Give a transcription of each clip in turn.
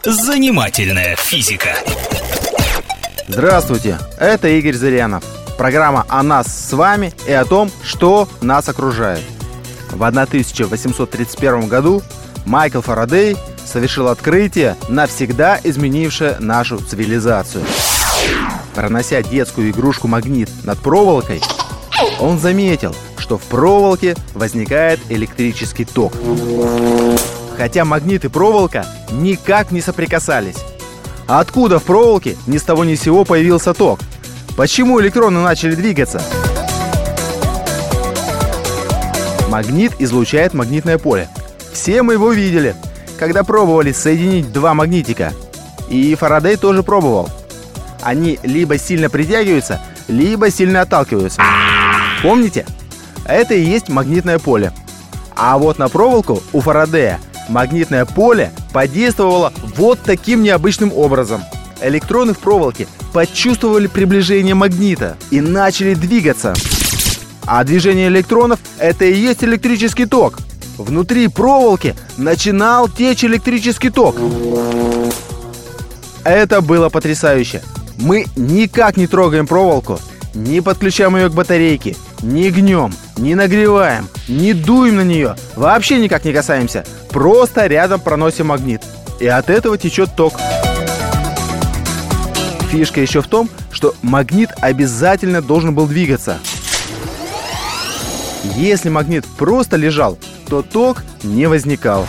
Занимательная физика. Здравствуйте, это Игорь Зырянов. Программа о нас с вами и о том, что нас окружает. В 1831 году Майкл Фарадей совершил открытие, навсегда изменившее нашу цивилизацию. Пронося детскую игрушку-магнит над проволокой, он заметил, что в проволоке возникает электрический ток. Хотя магнит и проволока никак не соприкасались. А откуда в проволоке ни с того ни с сего появился ток? Почему электроны начали двигаться? Магнит излучает магнитное поле. Все мы его видели, когда пробовали соединить два магнитика. И Фарадей тоже пробовал. Они либо сильно притягиваются, либо сильно отталкиваются. Помните? Это и есть магнитное поле. А вот на проволоку у Фарадея магнитное поле подействовало вот таким необычным образом. Электроны в проволоке почувствовали приближение магнита и начали двигаться. А движение электронов – это и есть электрический ток. Внутри проволоки начинал течь электрический ток. Это было потрясающе. Мы никак не трогаем проволоку, не подключаем ее к батарейке, не гнем, не нагреваем, не дуем на нее, вообще никак не касаемся. Просто рядом проносим магнит. И от этого течет ток. Фишка еще в том, что магнит обязательно должен был двигаться. Если магнит просто лежал, то ток не возникал.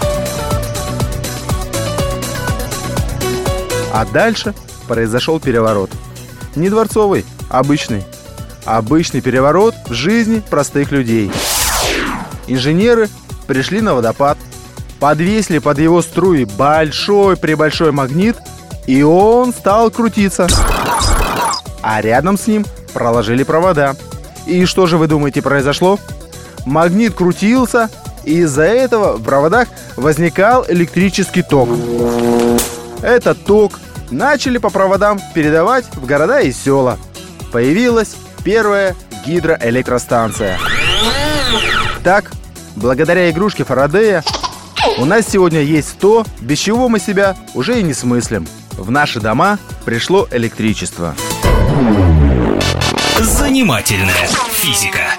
А дальше произошел переворот. Не дворцовый, обычный. Обычный переворот в жизни простых людей. Инженеры пришли на водопад, подвесили под его струи большой-пребольшой магнит, и он стал крутиться. А рядом с ним проложили провода. И что же вы думаете произошло? Магнит крутился, и из-за этого в проводах возникал электрический ток. Этот ток начали по проводам передавать в города и села. Появилась первая гидроэлектростанция. Так, благодаря игрушке Фарадея, у нас сегодня есть то, без чего мы себя уже и не смыслим. В наши дома пришло электричество. Занимательная физика.